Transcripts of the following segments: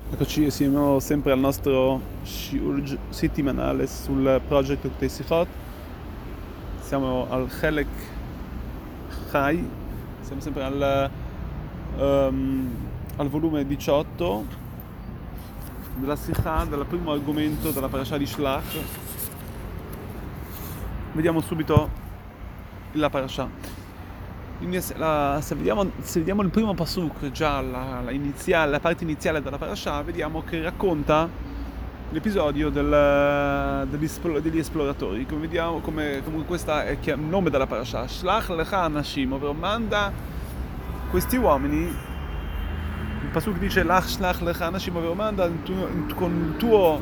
Eccoci, siamo sempre al nostro shiur settimanale sul project Uktei Sichot. Siamo al Chelek Chai, siamo sempre al volume 18 della Sikha, del primo argomento della parasha di Shlach. Vediamo subito la parasha. Se vediamo il primo pasuk, già la parte iniziale della parasha, vediamo che racconta l'episodio degli esploratori. Come vediamo, come questo è il nome della parasha, Shlach lecha anashim, ovvero manda questi uomini. Il pasuk dice Lach shlach lecha anashim, ovvero manda con il tuo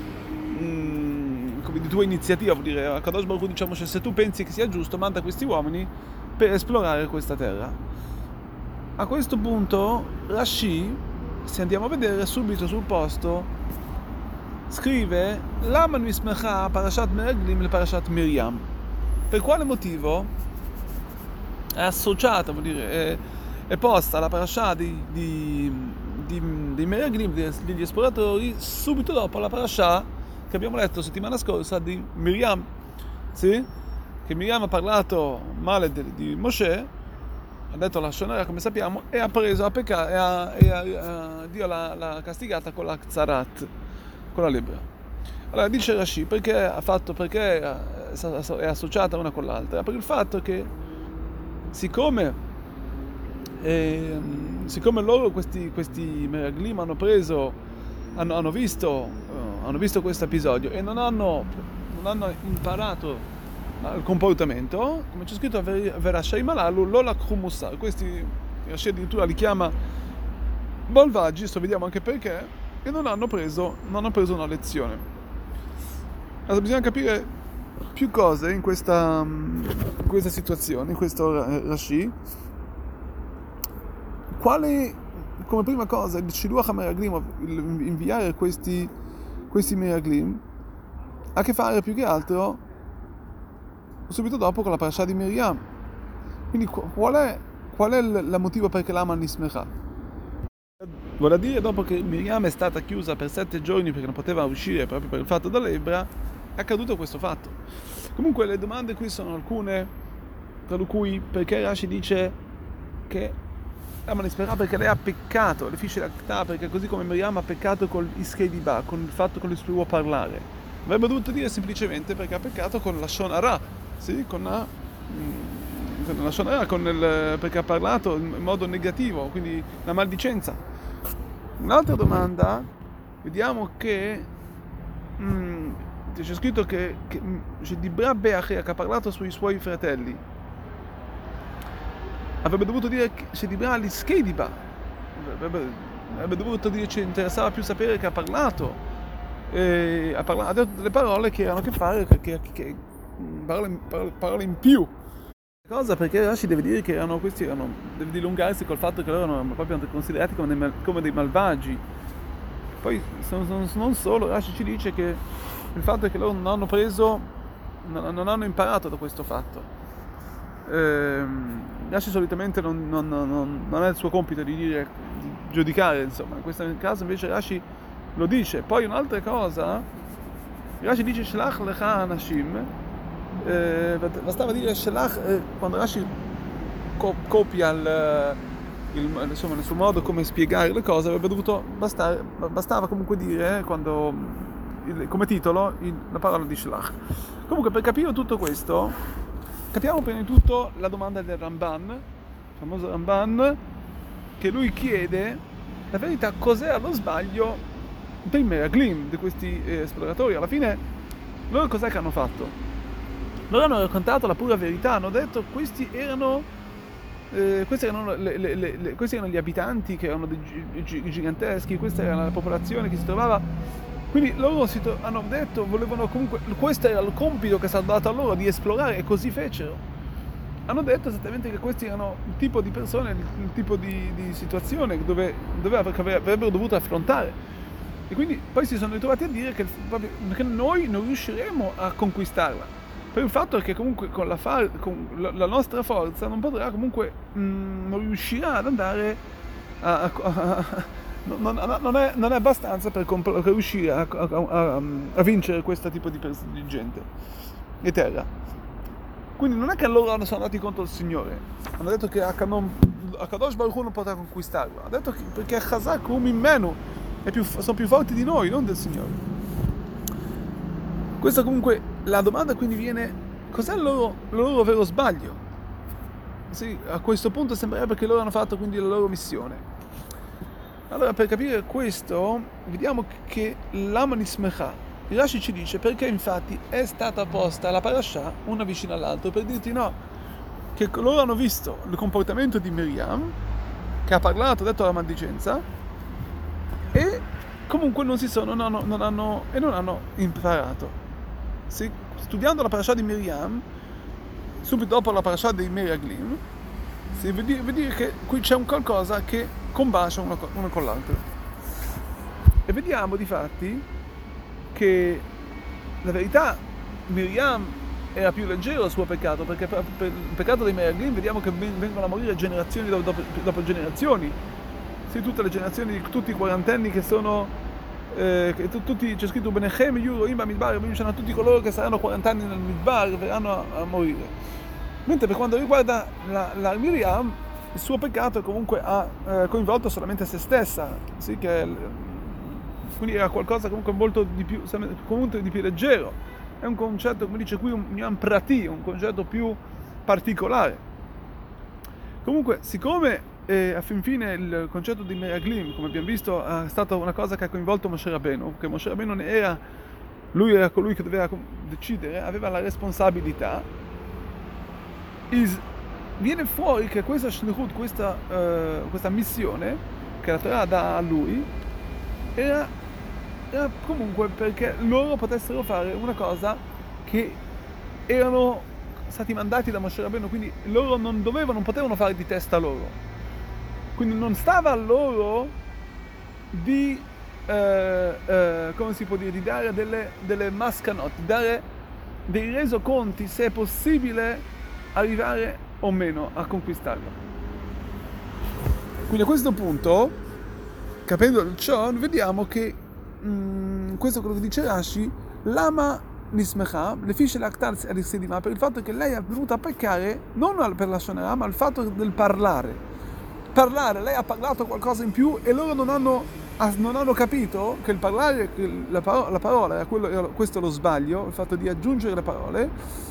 di tua iniziativa, vuol dire a Kadosh Baruch Hu, diciamo, se tu pensi che sia giusto, manda questi uomini per esplorare questa terra. A questo punto Rashi, se andiamo a vedere subito sul posto, scrive Lama nismecha parashat Meraglim le parashat Miriam. Per quale motivo è associata, vuol dire è posta la parasha dei Meraglim, degli esploratori, subito dopo la parasha che abbiamo letto settimana scorsa di Miriam, sì? Che Miriam ha parlato male di Moshe, ha detto la Shonara, come sappiamo, e ha preso a peccare, Dio l'ha castigata con la Kzarat, con la lebbra. Allora dice Rashi, perché è associata una con l'altra? Per il fatto che siccome loro questi Meraglim hanno visto questo episodio e non hanno imparato il comportamento, come c'è scritto Verashai Malalu Lola Khumussar, questi Rashi addirittura li chiama malvagi, vediamo anche perché, e non hanno preso una lezione. Allora bisogna capire più cose in questa situazione, in questo Rashi. Come prima cosa, il Shiluach HaMeraglim, inviare questi Meraglim, ha a che fare più che altro subito dopo con la parasha di Miriam. Quindi qual è il motivo perché l'ama nismecha? Vuol dire, dopo che Miriam è stata chiusa per 7 giorni perché non poteva uscire proprio per il fatto della lebbra, è accaduto questo fatto. Comunque le domande qui sono alcune, per cui perché Rashi dice che l'ama nismecha perché lei ha peccato, le fisce l'acta, perché così come Miriam ha peccato con l'iskeidiba, con il fatto che il suo parlare. Avrebbe dovuto dire semplicemente perché ha peccato con la shonara, sì, con la shonara, perché ha parlato in modo negativo, quindi la maldicenza. Un'altra domanda, vediamo che c'è scritto che Dibra Be'achia, che ha parlato sui suoi fratelli, avrebbe dovuto dire che Dibra all'iskeidiba, avrebbe dovuto dire ci interessava più sapere che ha parlato, ha detto delle parole che erano a che fare, che parole in più. Cosa? Perché Rashi deve dire che deve dilungarsi col fatto che loro erano proprio considerati come dei malvagi. Poi non solo, Rashi ci dice che il fatto è che loro non hanno imparato da questo fatto. Rashi solitamente non è il suo compito di giudicare, insomma. In questo caso invece Rashi lo dice. Poi un'altra cosa, Rashi dice Shlach lecha anashim, bastava dire Shlach, quando Rashi copia il suo modo come spiegare le cose, bastava comunque dire come titolo la parola di Shlach. Comunque, per capire tutto questo, capiamo prima di tutto la domanda del Ramban, il famoso Ramban, che lui chiede la verità, cos'è allo sbaglio dei Meraglim, di questi esploratori. Alla fine loro cos'è che hanno fatto? Loro hanno raccontato la pura verità, hanno detto questi erano gli abitanti che erano giganteschi, questa era la popolazione che si trovava. Quindi loro hanno detto, volevano comunque, questo era il compito che è stato dato a loro, di esplorare, e così fecero. Hanno detto esattamente che questi erano il tipo di persone, il tipo di situazione che avrebbero dovuto affrontare. E quindi poi si sono ritrovati a dire che noi non riusciremo a conquistarla, per il fatto che comunque con la nostra forza non potrà comunque, non riuscirà ad andare non è abbastanza per riuscire a vincere questo tipo di gente di terra. Quindi non è che loro sono andati contro il Signore, hanno detto che Akadosh Baruch Hu non poteva conquistarlo, ha detto che perché Chazak in meno sono più forti di noi, non del Signore. Questa comunque, la domanda quindi viene, cos'è il loro vero sbaglio? Sì, a questo punto sembrerebbe che loro hanno fatto quindi la loro missione. Allora, per capire questo, vediamo che l'Ama Nismecha, Rashi ci dice perché infatti è stata posta la parasha una vicino all'altra, per dirti no, che loro hanno visto il comportamento di Miriam, che ha parlato, ha detto la maldicenza, e comunque non hanno imparato. Sì, studiando la parasha di Miriam, subito dopo la parasha dei Meraglim, si vede dire che qui c'è un qualcosa che combacia uno con l'altro. E vediamo di fatti che la verità Miriam era più leggero il suo peccato, perché per il peccato dei Meraglim vediamo che vengono a morire generazioni dopo generazioni. Sì, tutte le generazioni di tutti i quarantenni che sono tutti, c'è scritto Benechem, Yuro, Imba, Midbar, sono tutti coloro che saranno 40 anni nel Midbar, verranno a morire. Mentre per quanto riguarda la Miriam, il suo peccato comunque ha coinvolto solamente se stessa, sì, quindi era qualcosa comunque molto di più, comunque di più leggero. È un concetto, come dice qui, un prati, un concetto più particolare. Comunque, siccome a fin fine il concetto di Meraglim, come abbiamo visto, è stata una cosa che ha coinvolto Moshe Rabbeinu, che Moshe Rabbeinu lui era colui che doveva decidere, aveva la responsabilità. Viene fuori che questa shlichut, questa missione che la Torah dà a lui era comunque perché loro potessero fare una cosa che erano stati mandati da Moshe Rabbeinu, quindi loro non potevano fare di testa loro. Quindi non stava a loro di come si può dire, di dare delle mascanot, di dare dei resoconti se è possibile arrivare o meno a conquistarlo. Quindi a questo punto, capendo ciò, vediamo che questo è quello che dice Rashi, Lama Nismecha, le fisce lactarsi all'Issedima, per il fatto che lei è venuta a peccare non per la Shonara, ma il fatto del parlare. Lei ha parlato qualcosa in più e loro non hanno capito che il parlare, che la parola era questo è lo sbaglio, il fatto di aggiungere le parole,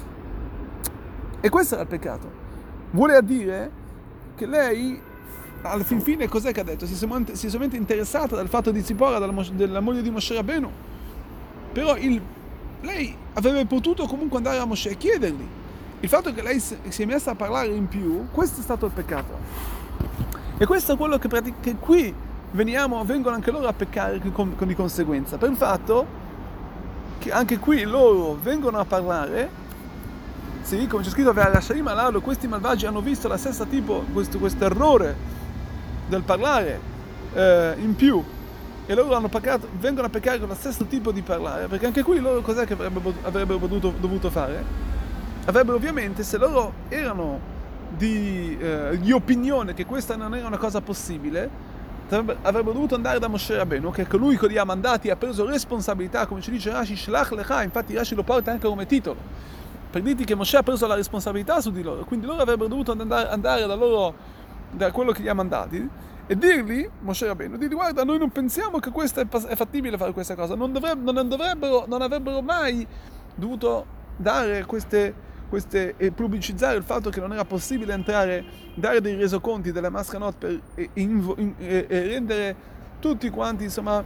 e questo era il peccato. Vuole dire che lei, alla fin fine, cos'è che ha detto? Si è solamente interessata dal fatto di Zipora, della moglie di Moshe Rabbeinu, però lei avrebbe potuto comunque andare a Moshe e chiedergli. Il fatto che lei si è messa a parlare in più, questo è stato il peccato. E questo è quello che qui vengono anche loro a peccare di conseguenza, per il fatto che anche qui loro vengono a parlare, sì, come c'è scritto, questi malvagi hanno visto la stessa tipo, questo errore del parlare in più, e loro vengono a peccare con lo stesso tipo di parlare, perché anche qui loro cos'è che avrebbero dovuto fare? Avrebbero ovviamente, se loro erano di opinione che questa non era una cosa possibile, avrebbero dovuto andare da Moshe Rabbeinu, che è colui che li ha mandati e ha preso responsabilità, come ci dice Rashi, Shlach Lecha, infatti Rashi lo porta anche come titolo, per dirti che Moshe ha preso la responsabilità su di loro, quindi loro avrebbero dovuto andare da loro, da quello che li ha mandati, e dirgli, Moshe Rabbeinu, guarda, noi non pensiamo che questo è fattibile fare questa cosa, non avrebbero mai dovuto dare e pubblicizzare il fatto che non era possibile dare dei resoconti delle mascanot e rendere tutti quanti, insomma,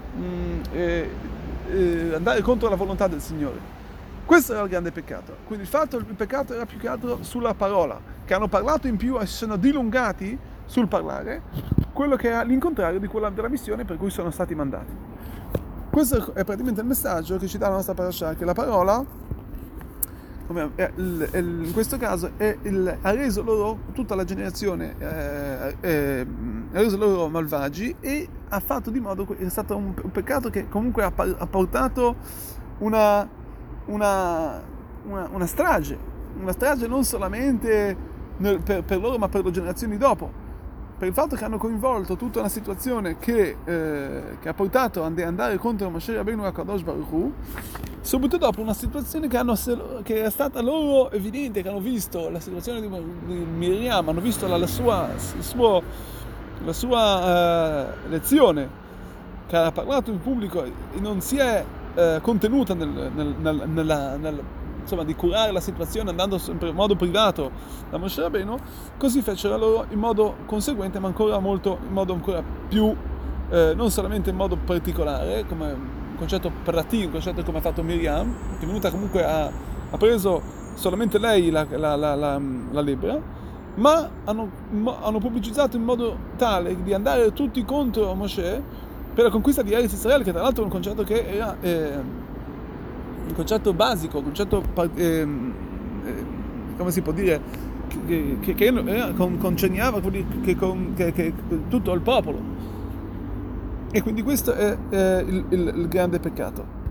andare contro la volontà del Signore. Questo era il grande peccato. Quindi il peccato era più che altro sulla parola, che hanno parlato in più e si sono dilungati sul parlare, quello che era l'incontrario di quella della missione per cui sono stati mandati. Questo è praticamente il messaggio che ci dà la nostra parasha, che la parola, in questo caso, ha reso loro tutta la generazione, ha reso loro malvagi, e ha fatto di modo che è stato un peccato che comunque ha portato una strage non solamente per loro, ma per le generazioni dopo, per il fatto che hanno coinvolto tutta una situazione che ha portato ad andare contro Moshe Rabbeinu e Kadosh Baruch Hu, subito dopo una situazione che è stata loro evidente, che hanno visto la situazione di Miriam, hanno visto la sua lezione, che ha parlato in pubblico e non si è contenuta insomma, di curare la situazione andando sempre in modo privato da Moshe Rabbeinu, così fecero loro in modo conseguente, ma in modo ancora più, non solamente in modo particolare, come un concetto pratico, un concetto come ha fatto Miriam, che è venuta comunque ha preso solamente lei la lebbra, ma hanno pubblicizzato in modo tale di andare tutti contro Moshe per la conquista di Eretz Israele, che tra l'altro è un concetto che era un concetto basico, un concetto come si può dire, che concerniava che tutto il popolo. E quindi questo è il grande peccato.